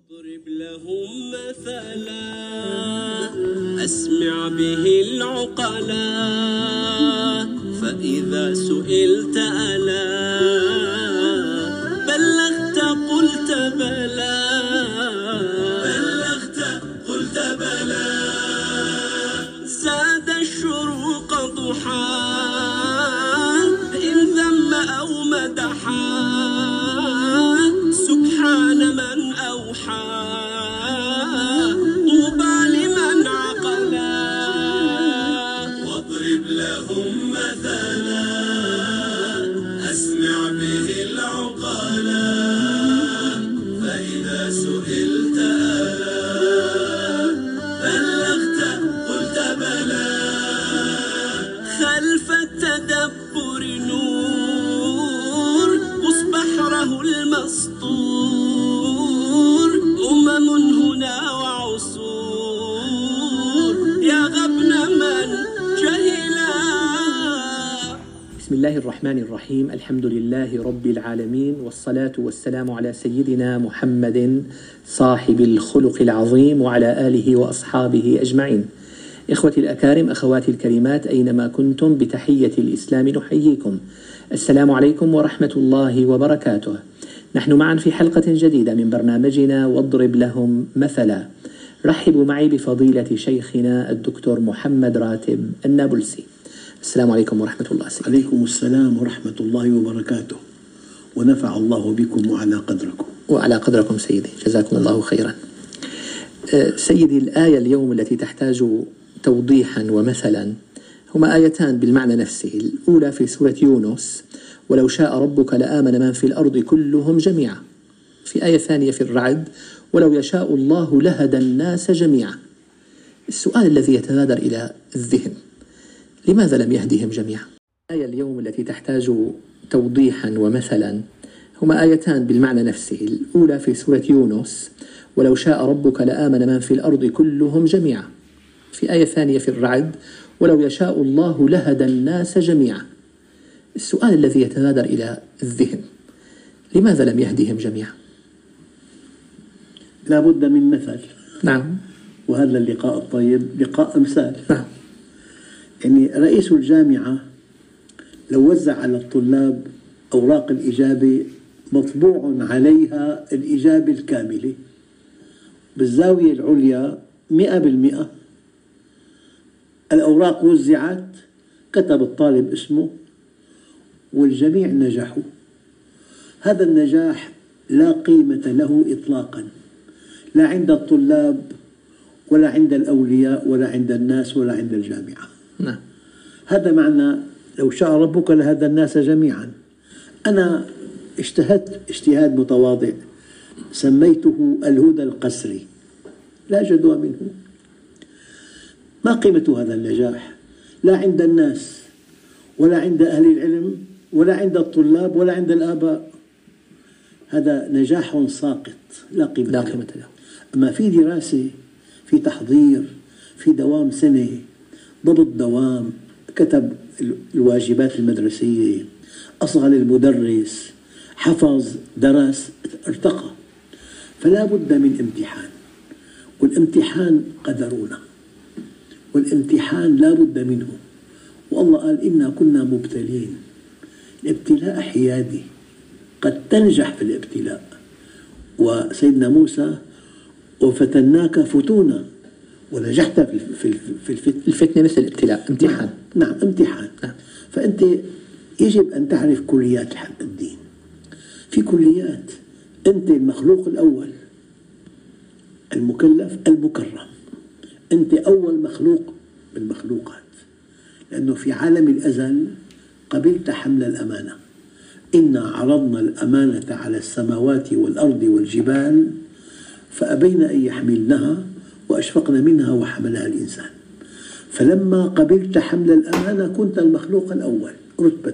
واضرب لهم مثلا أسمع به العقلا فإذا سئلت ألا بلغت قلت بلى زاد الشروق ضحى إن ذم أو مدحا سبحان من أوحى طوبى لمن عقلا واضرب لهم مثلا أسمع به العقلا فإذا سئلت ألا بلغت قلت بلى خلف التدبر نور قص بحره المسطور هنا وعصور يا غبن من جهلا. بسم الله الرحمن الرحيم. الحمد لله رب العالمين، والصلاة والسلام على سيدنا محمد صاحب الخلق العظيم وعلى آله وأصحابه أجمعين. إخوتي الأكارم، أخواتي الكريمات، أينما كنتم بتحية الإسلام نحييكم. السلام عليكم ورحمة الله وبركاته. نحن معا في حلقة جديدة من برنامجنا واضرب لهم مثلا. رحبوا معي بفضيلة شيخنا الدكتور محمد راتب النابلسي. السلام عليكم ورحمة الله. عليكم السلام ورحمة الله وبركاته، ونفع الله بكم وعلى قدركم. وعلى قدركم سيدي، جزاكم الله خيرا. سيدي، الآية اليوم التي تحتاج توضيحا ومثلا هما آيتان بالمعنى نفسه. الأولى في سورة يونس: ولو شاء ربك لآمن من في الأرض كلهم جميعا. في آية ثانية في الرعد: ولو يشاء الله لهدى الناس جميعا. السؤال الذي يتبادر إلى الذهن: لماذا لم يهدهم جميعا؟ الآية اليوم التي تحتاج توضيحا ومثلا هما آيتان بالمعنى نفسه. الأولى في سورة يونس: ولو شاء ربك لآمن من في الأرض كلهم جميعا. في آية ثانية في الرعد: ولو يشاء الله لهدى الناس جميعا. السؤال الذي يتبادر إلى الذهن: لماذا لم يهدهم جميعا؟ لا بد من مثل. نعم. وهذا اللقاء الطيب لقاء أمثال. نعم. يعني رئيس الجامعة لو وزع على الطلاب أوراق الإجابة مطبوع عليها الإجابة الكاملة بالزاوية العليا 100%، الأوراق وزعت، كتب الطالب اسمه والجميع نجحوا، هذا النجاح لا قيمة له إطلاقا، لا عند الطلاب ولا عند الأولياء ولا عند الناس ولا عند الجامعة. نعم. هذا معنى لو شاء ربك لهدى الناس جميعا. أنا اجتهدت اجتهاد متواضع سميته الهدى القسري، لا جدوى منه. ما قيمة هذا النجاح؟ لا عند الناس ولا عند أهل العلم ولا عند الطلاب ولا عند الآباء. هذا نجاح ساقط لا قيمة له. أما في دراسة، في تحضير، في دوام سنة، ضبط دوام، كتب الواجبات المدرسية، أصغى للمدرس، حفظ، درس، ارتقى، فلا بد من امتحان، والامتحان قدرنا، والامتحان لا بد منه. والله قال: إنا كنا مبتلين. الابتلاء حيادي، قد تنجح في الابتلاء. وسيدنا موسى: وفتناك فتونا، ونجحت في الفتنة مثل الابتلاء، امتحان. نعم، امتحان. نعم. فأنت يجب أن تعرف كليات الدين. في كليات أنت المخلوق الأول، المكلف المكرم، أنت أول مخلوق بالمخلوقات، لأنه في عالم الأزل قبلت حمل الأمانة. إنا عرضنا الأمانة على السماوات والأرض والجبال فأبين أن يحملنها وأشفقن منها وحملها الإنسان. فلما قبلت حمل الأمانة كنت المخلوق الأول رتبة،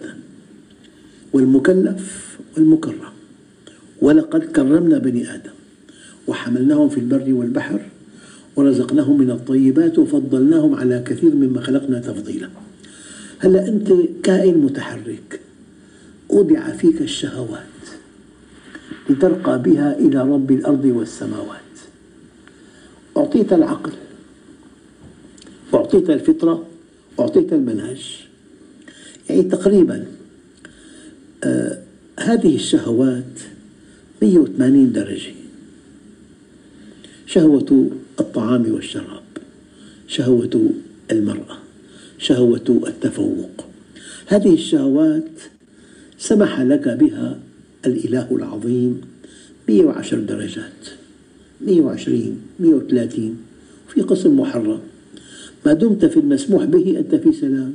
والمكلف والمكرم. ولقد كرمنا بني آدم وحملناهم في البر والبحر ورزقناهم من الطيبات وفضلناهم على كثير مما خلقنا تفضيلا. هلأ أنت كائن متحرك، أودع فيك الشهوات، لترقى بها إلى رب الأرض والسماوات. أعطيت العقل، أعطيت الفطرة، أعطيت المنهج. يعني تقريبا هذه الشهوات 180 درجة: شهوة الطعام والشراب، شهوة المرأة، شهوة التفوق. هذه الشهوات سمح لك بها الإله العظيم 110 درجات، 120 130، في قسم محرم. ما دمت في المسموح به أنت في سلام،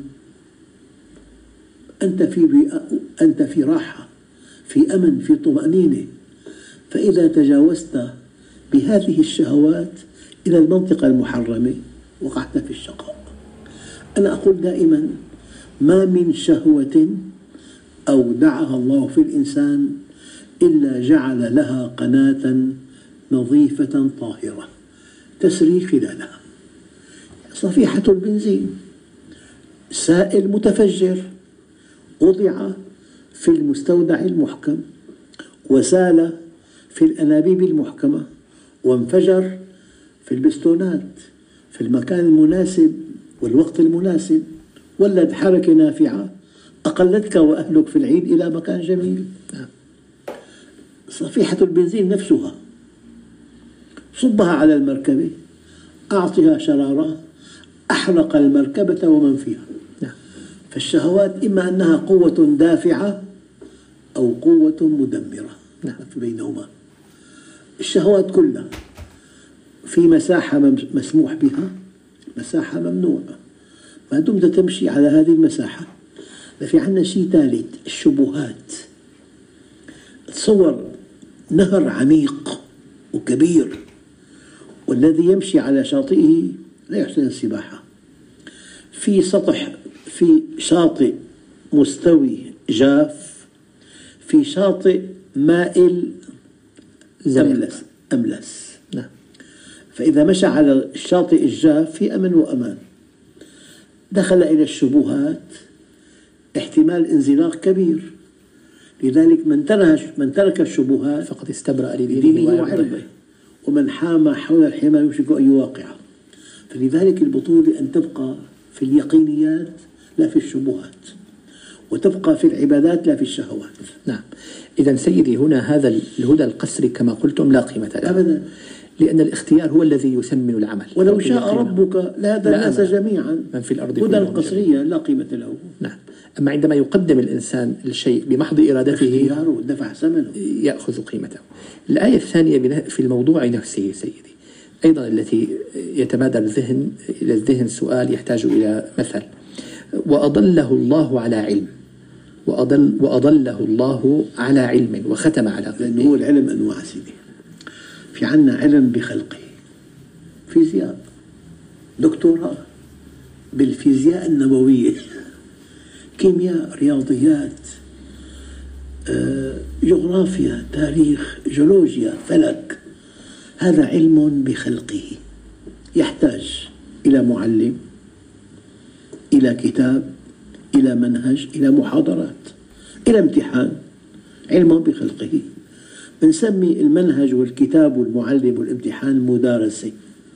أنت في راحة، في أمن، في طمأنينة. فإذا تجاوزت بهذه الشهوات إلى المنطقة المحرمة وقعت في الشقاء. أنا أقول دائما: ما من شهوة أودعها الله في الإنسان إلا جعل لها قناة نظيفة طاهرة تسري خلالها. صفيحة البنزين، سائل متفجر وضع في المستودع المحكم وسال في الأنابيب المحكمة وانفجر في البستونات في المكان المناسب والوقت المناسب، ولد حركة نافعة أقلتك وأهلك في العيد إلى مكان جميل. صفيحة البنزين نفسها صبها على المركبة، أعطها شرارة، أحرق المركبة ومن فيها. فالشهوات إما أنها قوة دافعة أو قوة مدمرة، في بينهما. الشهوات كلها في مساحة مسموح بها، مساحة ممنوعة. ما دمت تمشي على هذه المساحة. في عندنا شيء ثالث: الشبهات. تصور نهر عميق وكبير، والذي يمشي على شاطئه لا يحسن السباحة. في شاطئ مستوي جاف، في شاطئ مائل أملس. فإذا مشى على الشاطئ الجاف في أمن وأمان. دخل إلى الشبهات، احتمال انزلاق كبير. لذلك من ترك الشبهات فقد استبرأ لدينه وعرضه، ومن حام حول الحمى يوشك أن يواقع. فلذلك البطولة أن تبقى في اليقينيات لا في الشبهات، وتبقى في العبادات لا في الشهوات. نعم. إذا سيدي، هنا هذا الهدى القسري كما قلتم لا قيمة له أبدا، لأن الاختيار هو الذي يسمن العمل. ولو شاء ربك لهدى الناس جميعا. من في الأرض هدى القسرية لا قيمة له. نعم. أما عندما يقدم الإنسان الشيء بمحض إرادته، اختياره دفع ثمنه، يأخذ قيمته. الآية الثانية في الموضوع نفسه سيدي أيضا التي يتبادر إلى الذهن سؤال يحتاج إلى مثل: وأضله الله على علم، وأضله الله على علم وختم على قلبه. لأنه هو العلم أنواع سيدي. في عنا علم بخلقه، فيزياء، دكتوراه بالفيزياء النووية، كيمياء، رياضيات، جغرافيا، تاريخ، جيولوجيا، فلك. هذا علم بخلقه، يحتاج إلى معلم، إلى كتاب، إلى منهج، إلى محاضرات، إلى امتحان. علم بخلقه. بنسمي المنهج والكتاب والمعلم والامتحان مدارسة.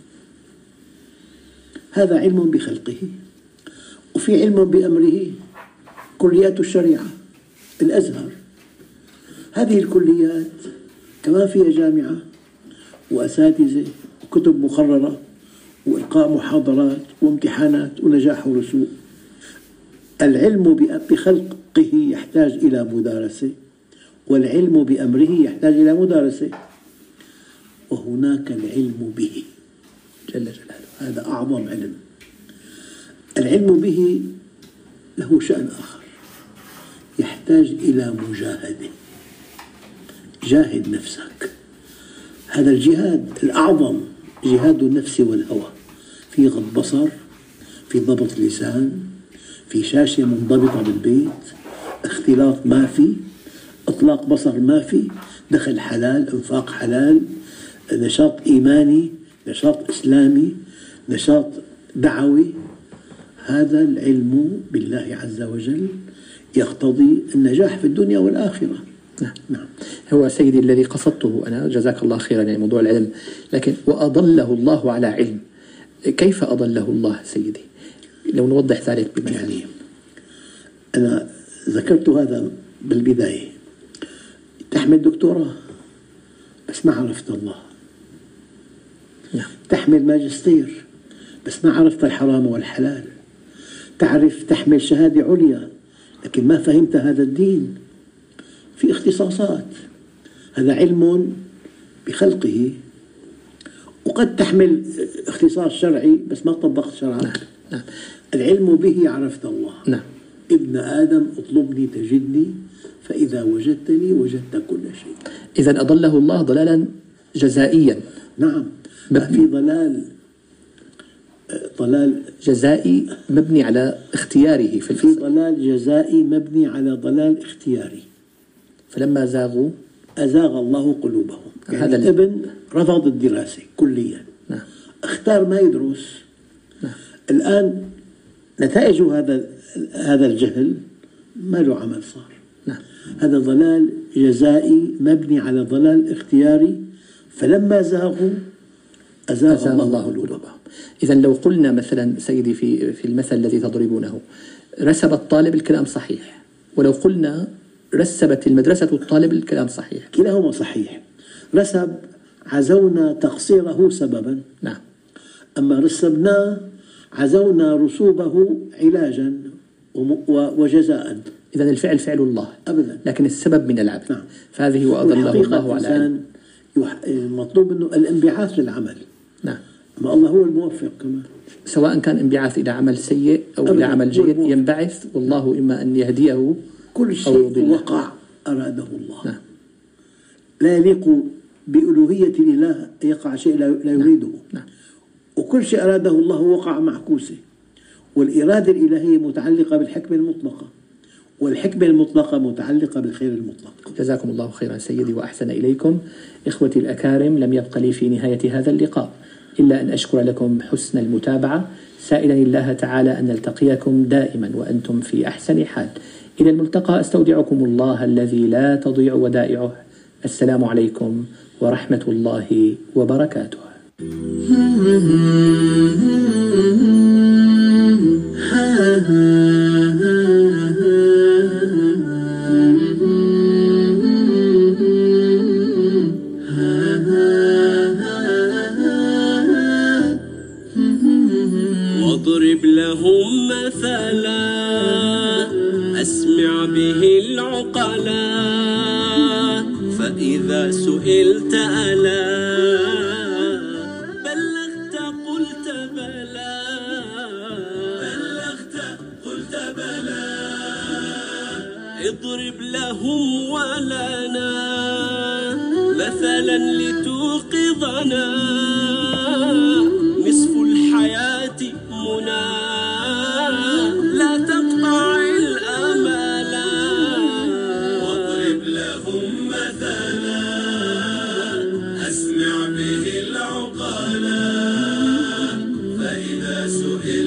هذا علم بخلقه. وفي علم بأمره، كليات الشريعة، الأزهر. هذه الكليات كمان فيها جامعة وأساتذة وكتب مقررة وإلقاء محاضرات وامتحانات ونجاح ورسوب. العلم بخلقه يحتاج إلى مدارسة، والعلم بأمره يحتاج إلى مدارسة. وهناك العلم به جل جلاله، هذا أعظم علم. العلم به له شأن آخر، يحتاج إلى مجاهدة. جاهد نفسك. هذا الجهاد الأعظم جهاد النفس والهوى، في غض بصر، في ضبط لسان، في شاشة منضبطة بالبيت، اختلاط ما في، إطلاق بصر ما في، دخل حلال، انفاق حلال، نشاط إيماني، نشاط إسلامي، نشاط دعوي. هذا العلم بالله عز وجل يقتضي النجاح في الدنيا والآخرة. نعم. هو سيدي الذي قصدته أنا، جزاك الله خيرا، يعني موضوع العلم، لكن وأضله الله على علم. كيف أضله الله سيدي؟ لو نوضح ذلك بمثال. يعني أنا ذكرت هذا بالبداية. تحمل دكتوراه بس ما عرفت الله. نعم. تحمل ماجستير بس ما عرفت الحرام والحلال. تحمل شهادة عليا لكن ما فهمت هذا الدين. في اختصاصات، هذا علم بخلقه. وقد تحمل اختصاص شرعي بس ما طبقت شرعه. نعم. نعم. العلم به عرفت الله. نعم. ابن آدم اطلبني تجدني فإذا وجدتني وجدت كل شيء. إذا أضله الله ضلالا جزائيا. نعم. في ضلال جزائي مبني على اختياره في ضلال جزائي مبني على ضلال اختياري. فلما زاغوا أزاغ الله قلوبهم. يعني هذا الابن رفض الدراسة كليا. نعم. اختار ما يدرس. نعم. الآن نتائج هذا الجهل ما له عمل صار. نعم. هذا ضلال جزائي مبني على ضلال اختياري. فلما زاغوا أزاغ الله قلوبهم. إذا لو قلنا مثلا سيدي في المثل الذي تضربونه، رسب الطالب الكلام صحيح، ولو قلنا رسبت المدرسة الطالب الكلام صحيح، كلاهما صحيح. رسب عزونا تقصيره سببا. نعم. أما رسبناه عزونا رسوبه علاجا وجزاء. إذا الفعل فعل الله أبدا، لكن السبب من العبد. نعم. فهذه وأضله الله على علم. مطلوب منه الانبعاث للعمل. نعم. ما الله هو الموفق كمان، سواء كان انبعاث إلى عمل سيء أو إلى عمل جيد ينبعث، والله إما أن يهديه كل شيء وقع أراده الله. نعم. لا يليق بألوهية الإله يقع شيء لا يريده. نعم. وكل شيء أراده الله وقع معكوسه. والإرادة الإلهية متعلقة بالحكمة المطلقة، والحكمة المطلقة متعلقة بالخير المطلق. جزاكم الله خيرا سيدي وأحسن إليكم. إخوتي الأكارم، لم يبق لي في نهاية هذا اللقاء إلا أن أشكر لكم حسن المتابعة، سائلا الله تعالى أن نلتقيكم دائما وأنتم في أحسن حال. إلى الملتقى، أستودعكم الله الذي لا تضيع ودائعه. السلام عليكم ورحمة الله وبركاته. واضرب لهم مثلا أسمع به العقلاء، فإذا سئلت ألا بلغت قلت بلى، اضرب لهم ولنا مثلا لتوقظنا، نصف الحياة منى لا تقطع الأمل، واضرب لهم مثلا أسمع به العقلاء، فإذا سئلت